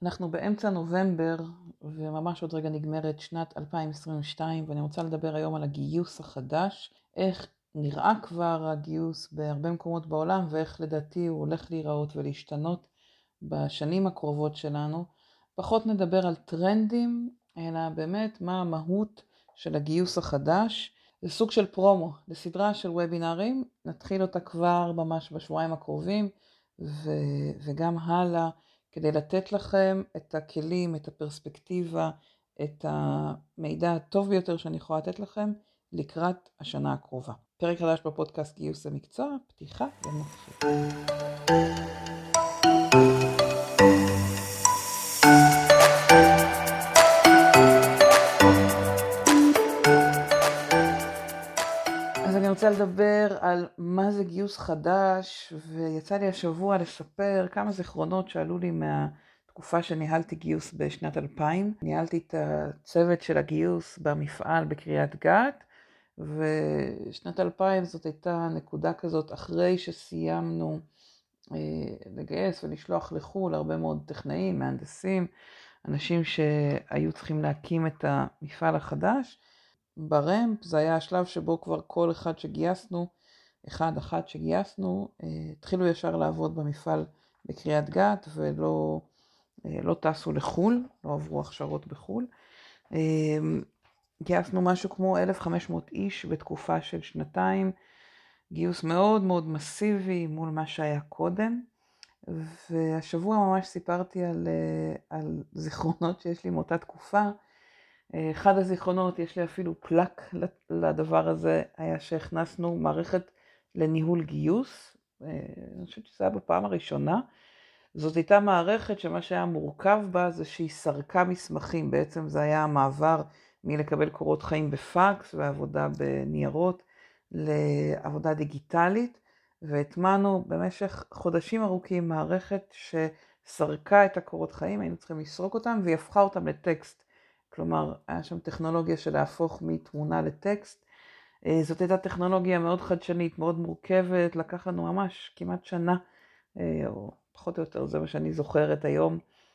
אנחנו באמצע נובמבר, וממש עוד רגע נגמרת שנת 2022, ואני רוצה לדבר היום על הגיוס החדש, איך נראה כבר הגיוס בהרבה מקומות בעולם, ואיך לדעתי הוא הולך להיראות ולהשתנות בשנים הקרובות שלנו. פחות נדבר על טרנדים, אלא באמת מה המהות של הגיוס החדש. זה סוג של פרומו, לסדרה של וובינרים, נתחיל אותה כבר ממש בשבועיים הקרובים, וגם הלאה, כדי לתת לכם את הכלים, את הפרספקטיבה, את המידע הטוב ביותר שאני יכולה לתת לכם לקראת השנה הקרובה. פרק חדש בפודקאסט גיוס המקצוע, פתיחה ונתחיל. אז אני רוצה לדבר על מה זה גיוס חדש, ויצא לי השבוע לספר כמה זיכרונות שעלו לי מהתקופה שניהלתי גיוס בשנת 2000. ניהלתי את הצוות של הגיוס במפעל בקריית גת, ושנת 2000 זאת הייתה נקודה כזאת אחרי שסיימנו לגייס ולשלוח לחו"ל הרבה מאוד טכנאים, מהנדסים, אנשים שהיו צריכים להקים את המפעל החדש. ברמפ זה היה השלב שבו כבר כל אחד שגייסנו, אחד שגייסנו, התחילו ישר לעבוד במפעל בקריית גת ולא לא טסו לחו"ל, לא עברו הכשרות בחו"ל. גייסנו משהו כמו 1,500 איש בתקופה של שנתיים, גיוס מאוד מאוד מסיבי מול מה שהיה קודם. והשבוע ממש סיפרתי על זיכרונות שיש לי מאותה תקופה. אחד הזיכרונות, יש לי אפילו פלק לדבר הזה, היה שהכנסנו מערכת לניהול גיוס. אני חושבת שזה היה בפעם הראשונה. זאת הייתה מערכת שמה שהיה מורכב בה זה שהיא סרקה מסמכים. בעצם זה היה המעבר מלקבל קורות חיים בפקס ועבודה בניירות לעבודה דיגיטלית. והטמענו במשך חודשים ארוכים מערכת שסרקה את הקורות חיים, היינו צריכים לסרוק אותם והיא הפכה אותם לטקסט. כלומר, היה שם טכנולוגיה של להפוך מתמונה לטקסט. זאת הייתה טכנולוגיה מאוד חדשנית, מאוד מורכבת, לקח לנו ממש כמעט שנה, או פחות או יותר, זה מה שאני זוכרת היום.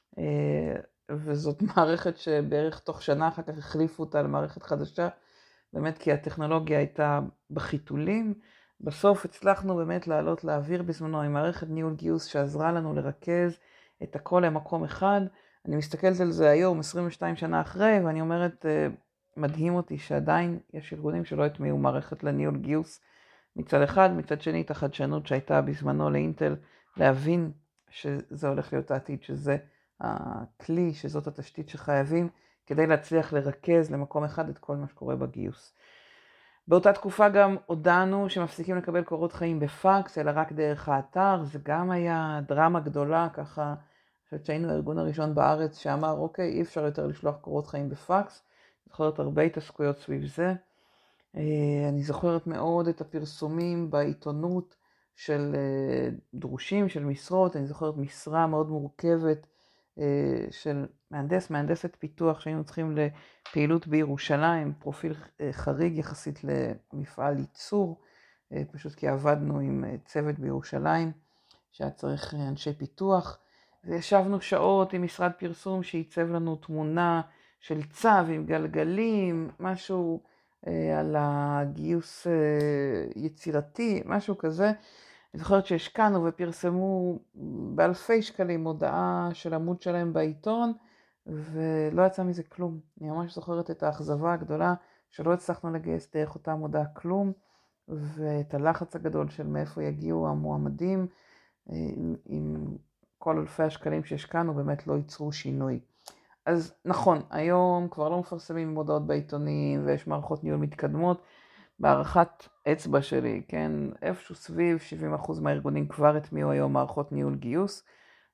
וזאת מערכת שבערך תוך שנה אחר כך החליפו אותה למערכת חדשה, באמת כי הטכנולוגיה הייתה בחיתולים. בסוף הצלחנו באמת לעלות לאוויר בזמנו עם מערכת ניהול גיוס שעזרה לנו לרכז את הכל למקום אחד. אני מסתכלת על זה היום, 22 שנה אחרי, ואני אומרת, מדהים אותי שעדיין יש ארגונים שלא הטמיעו מערכת לניהול גיוס מצד אחד, מצד שני את החדשנות שהייתה בזמנו לאינטל, להבין שזה הולך להיות העתיד, שזה הכלי, שזאת התשתית שחייבים, כדי להצליח לרכז למקום אחד את כל מה שקורה בגיוס. באותה תקופה גם הודענו שמפסיקים לקבל קורות חיים בפקס, אלא רק דרך האתר. זה גם היה דרמה גדולה, ככה, שהיינו הארגון הראשון בארץ שאמר, אוקיי, אי אפשר יותר לשלוח קורות חיים בפקס. זוכרת הרבה התעסקויות סביב זה. אני זוכרת מאוד את הפרסומים בעיתונות של דרושים, של משרות. אני זוכרת משרה מאוד מורכבת של מהנדסת פיתוח שהיינו צריכים לפעילות בירושלים, פרופיל חריג יחסית למפעל ייצור, פשוט כי עבדנו עם צוות בירושלים שהיה צריך אנשי פיתוח, וישבנו שעות עם משרד פרסום שייצב לנו תמונה של צו עם גלגלים, משהו על הגיוס יצירתי, משהו כזה. אני זוכרת שהשקענו ופרסמו באלפי שקלים הודעה של עמוד שלהם בעיתון, ולא יצא מזה כלום. אני ממש זוכרת את האכזבה הגדולה שלא הצלחנו לגייס דרך אותה מודעה כלום, ואת הלחץ הגדול של מאיפה יגיעו המועמדים, עם כל אלפי השקלים שהשקענו באמת לא ייצרו שינוי. אז נכון, היום כבר לא מפרסמים מודעות בעיתונים ויש מערכות ניהול מתקדמות. בהערכת אצבע שלי, כן, איפשהו סביב 70% מהארגונים כבר הטמיעו היום מערכות ניהול גיוס.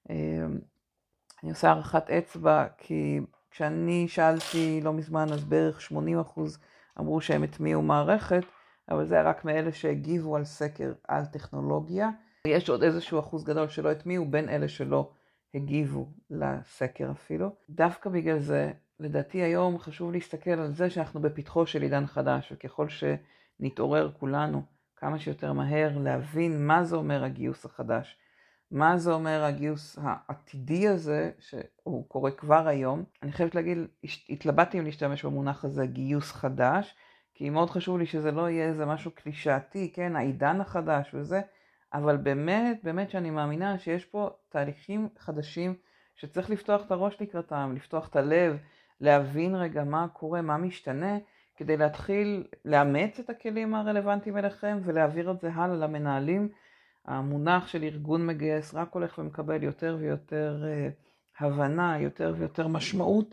אני עושה הערכת אצבע כי כשאני שאלתי לא מזמן אז בערך 80% אמרו שהם הטמיעו מערכת, אבל זה רק מאלה שהגיבו על סקר על טכנולוגיה. יש עוד איזשהו אחוז גדול שלא הטמיעו בין אלה שלא הגיבו לסקר אפילו. דווקא בגלל זה, לדעתי היום חשוב להסתכל על זה שאנחנו בפתחו של עידן חדש, וככל שנתעורר כולנו כמה שיותר מהר להבין מה זה אומר הגיוס החדש, מה זה אומר הגיוס העתידי הזה, שהוא קורה כבר היום. אני חייבת להגיד, התלבטתי אם להשתמש במונח הזה גיוס חדש, כי מאוד חשוב לי שזה לא יהיה איזה משהו קלישאתי, כן, העידן החדש וזה, אבל באמת שאני מאמינה שיש פה תהליכים חדשים שצריך לפתוח את הראש לקראתם, לפתוח את הלב, להבין רגע מה קורה, מה משתנה, כדי להתחיל לאמץ את הכלים הרלוונטיים אליכם ולהעביר את זה הלאה למנהלים. המונח של ארגון מגייס רק הולך ומקבל יותר ויותר הבנה, יותר ויותר משמעות,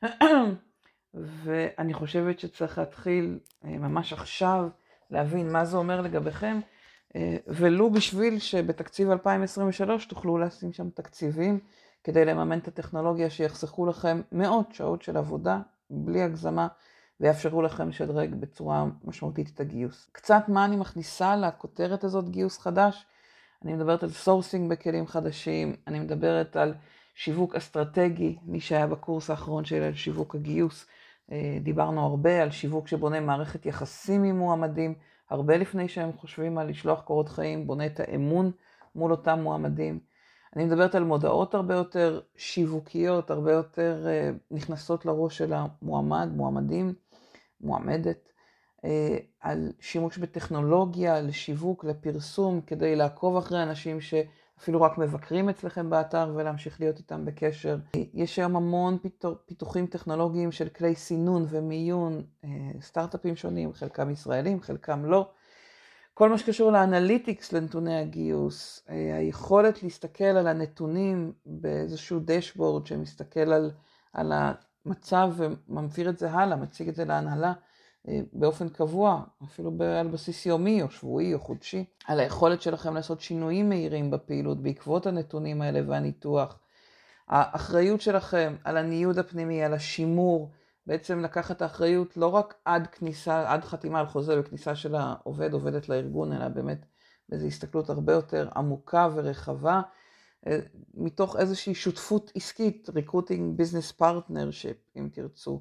ואני חושבת שצריך להתחיל ממש עכשיו להבין מה זה אומר לגביכם, ולו בשביל שבתקציב 2023 תוכלו לשים שם תקציבים כדי לממן את הטכנולוגיה שיחסכו לכם מאות שעות של עבודה בלי הגזמה, ויאפשרו לכם לשדרג בצורה משמעותית את הגיוס. קצת מה אני מכניסה לכותרת הזאת גיוס חדש? אני מדברת על סורסינג בכלים חדשים, אני מדברת על שיווק אסטרטגי, מי שהיה בקורס האחרון שלי על שיווק הגיוס, דיברנו הרבה על שיווק שבונה מערכת יחסים עם מועמדים, הרבה לפני שהם חושבים על לשלוח קורות חיים, בונה את האמון מול אותם מועמדים. אני מדברת על מודעות הרבה יותר שיווקיות, הרבה יותר נכנסות לראש של המועמד, מועמדים, מועמדת, על שימוש בטכנולוגיה, לשיווק, לפרסום, כדי לעקוב אחרי אנשים שאפילו רק מבקרים אצלכם באתר ולהמשיך להיות איתם בקשר. יש היום המון פיתוחים טכנולוגיים של כלי סינון ומיון, סטארט-אפים שונים, חלקם ישראלים, חלקם לא. כל מה שקשור לאנליטיקס לנתוני הגיוס, היכולת להסתכל על הנתונים באיזשהו דשבורד שמסתכל על המצב וממפיר את זה הלאה, מציג את זה להנהלה באופן קבוע, אפילו על בסיס יומי או שבועי או חודשי, על היכולת שלכם לעשות שינויים מהירים בפעילות בעקבות הנתונים האלה והניתוח, האחריות שלכם על הניוד הפנימי, על השימור, בעצם לקחת האחריות לא רק עד חתימה על חוזה וכניסה של העובד, עובדת לארגון, אלא באמת באיזו הסתכלות הרבה יותר עמוקה ורחבה, מתוך איזושהי שותפות עסקית, recruiting business partnership, אם תרצו,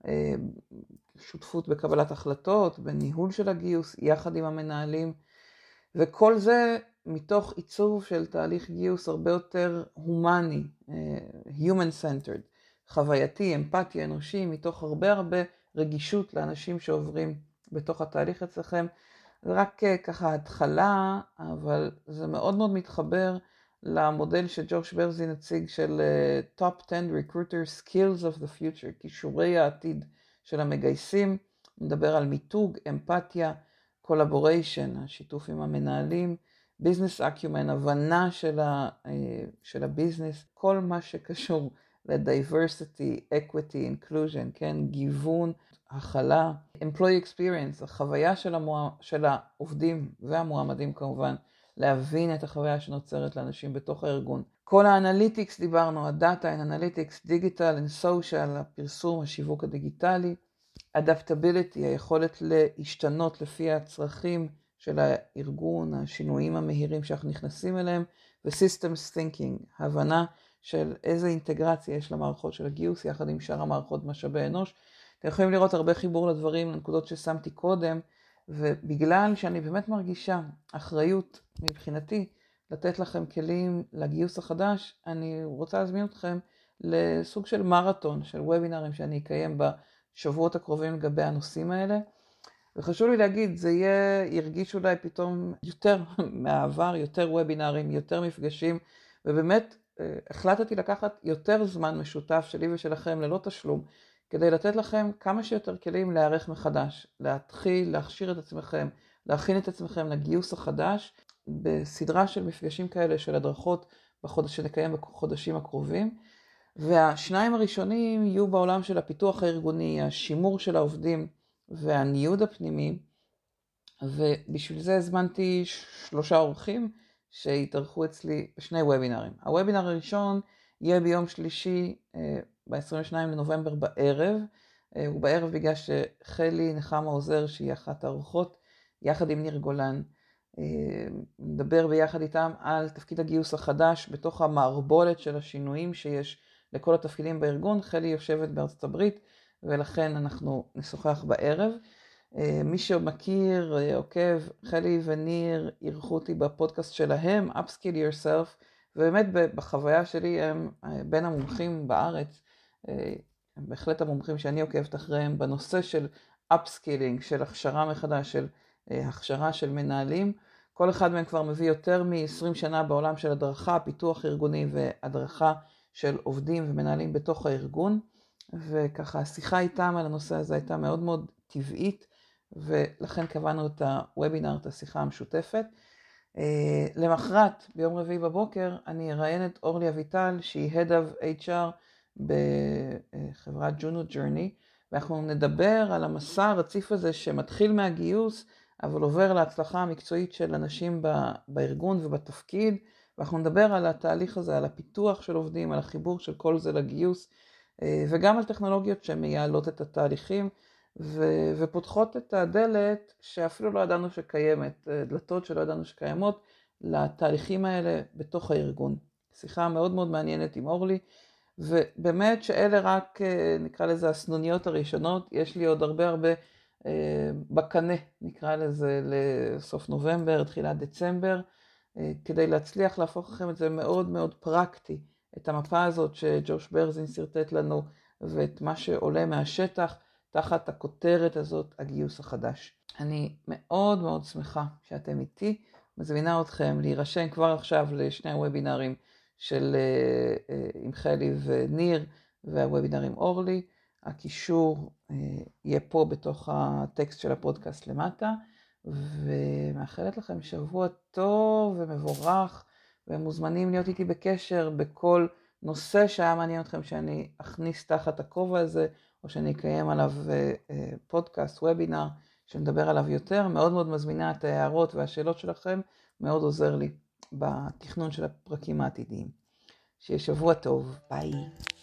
שותפות בקבלת החלטות, בניהול של הגיוס, יחד עם המנהלים, וכל זה מתוך עיצוב של תהליך גיוס הרבה יותר הומני, human centered, חווייתי, אמפתיה, אנושי, מתוך הרבה רגישות לאנשים שעוברים בתוך התהליך אצלכם. זה רק ככה התחלה, אבל זה מאוד מתחבר למודל שג'וש ברזין הציג של Top 10 Recruiter Skills of the Future, כישורי העתיד של המגייסים. מדבר על מיתוג, אמפתיה, collaboration, השיתוף עם המנהלים, business acumen, הבנה של הביזנס, כל מה שקשור ל-diversity, equity, inclusion, כן, גיוון, הכלה, employee experience, החוויה של העובדים והמועמדים כמובן, להבין את החוויה שנוצרת לאנשים בתוך הארגון. כל האנליטיקס דיברנו, הדאטה, אנליטיקס, דיגיטל, סושיאל, הפרסום, השיווק הדיגיטלי, adaptability, היכולת להשתנות לפי הצרכים של הארגון, השינויים המהירים שאנחנו נכנסים אליהם, ו-systems thinking, הבנה של איזה אינטגרציה יש למערכות של הגיוס, יחד עם שאר המערכות משאבי אנוש. אתם יכולים לראות הרבה חיבור לדברים, לנקודות ששמתי קודם, ובגלל שאני באמת מרגישה אחריות מבחינתי לתת לכם כלים לגיוס החדש, אני רוצה להזמין אתכם לסוג של מרתון, של וובינרים שאני אקיים בשבועות הקרובים לגבי הנושאים האלה. וחשוב לי להגיד, זה ירגיש אולי פתאום יותר מהעבר, יותר וובינרים, יותר מפגשים, ובאמת החלטתי לקחת יותר זמן משותף שלי ושלכם ללא תשלום, כדי לתת לכם כמה שיותר כלים להיערך מחדש, להתחיל, להכשיר את עצמכם, להכין את עצמכם לגיוס החדש, בסדרה של מפגשים כאלה של הדרכות שנקיים בחודשים הקרובים. והשניים הראשונים יהיו בעולם של הפיתוח הארגוני, השימור של העובדים והניוד הפנימי, ובשביל זה הזמנתי 3 אורחים שהתארחו אצלי בשני וובינרים. הוובינר הראשון יהיה ביום שלישי, ב-22 לנובמבר בערב, הוא בערב בגלל שחלי נחמה עוזר שהיא אחת האורחות, יחד עם ניר גולן, נדבר ביחד איתם על תפקיד הגיוס החדש בתוך המערבולת של השינויים שיש לכל התפקידים בארגון. חלי יושבת בארצות הברית ולכן אנחנו נשוחח בערב. מי שמכיר, עוקב, חלי וניר אירחו אותי בפודקאסט שלהם, Upskill Yourself, ובאמת בחוויה שלי הם בין המומחים בארץ, הם בהחלט המומחים שאני עוקבת אחריהם בנושא של upskilling, של הכשרה מחדש, של הכשרה של מנהלים. כל אחד מהם כבר מביא יותר מ-20 שנה בעולם של הדרכה, פיתוח ארגוני והדרכה של עובדים ומנהלים בתוך הארגון, וככה השיחה איתם על הנושא הזה הייתה מאוד מאוד טבעית, ולכן קבענו את הוובינר, את השיחה המשותפת. למחרת, ביום רביעי בבוקר, אני אראיין את אורלי אביטל, שהיא Head of HR בחברת ג'ונו ג'רני, ואנחנו נדבר על המסע הרציף הזה שמתחיל מהגיוס, אבל עובר להצלחה המקצועית של אנשים בארגון ובתפקיד, ואנחנו נדבר על התהליך הזה, על הפיתוח של עובדים, על החיבור של כל זה לגיוס, וגם על טכנולוגיות שמייעלות את התהליכים, ופותחות את הדלת שאפילו לא ידענו שקיימת, דלתות שלא ידענו שקיימות, לתהליכים האלה בתוך הארגון. שיחה מאוד מאוד מעניינת עם אורלי, ובאמת שאלה רק נקרא לזה הסנוניות הראשונות, יש לי עוד הרבה בקנה, נקרא לזה לסוף נובמבר, תחילת דצמבר, כדי להצליח להפוך לכם את זה מאוד מאוד פרקטי, את המפה הזאת שג'וש ברזין סרטט לנו, ואת מה שעולה מהשטח, תחת הכותרת הזאת, הגיוס החדש. אני מאוד מאוד שמחה שאתם איתי, מזמינה אתכם להירשם כבר עכשיו לשני הוובינרים עם חלי וניר, והוובינר עם אורלי. הקישור יהיה פה בתוך הטקסט של הפודקאסט למטה, ומאחלת לכם שבוע טוב ומבורך, ומוזמנים להיות איתי בקשר בכל נושא שהיה מעניין אתכם שאני אכניס תחת הכובע הזה, או שאני אקיים עליו פודקאסט, וובינר, שנדבר עליו יותר. מאוד מאוד מזמינה את ההערות והשאלות שלכם, מאוד עוזר לי בתכנון של הפרקים העתידיים. שיהיה שבוע טוב, ביי.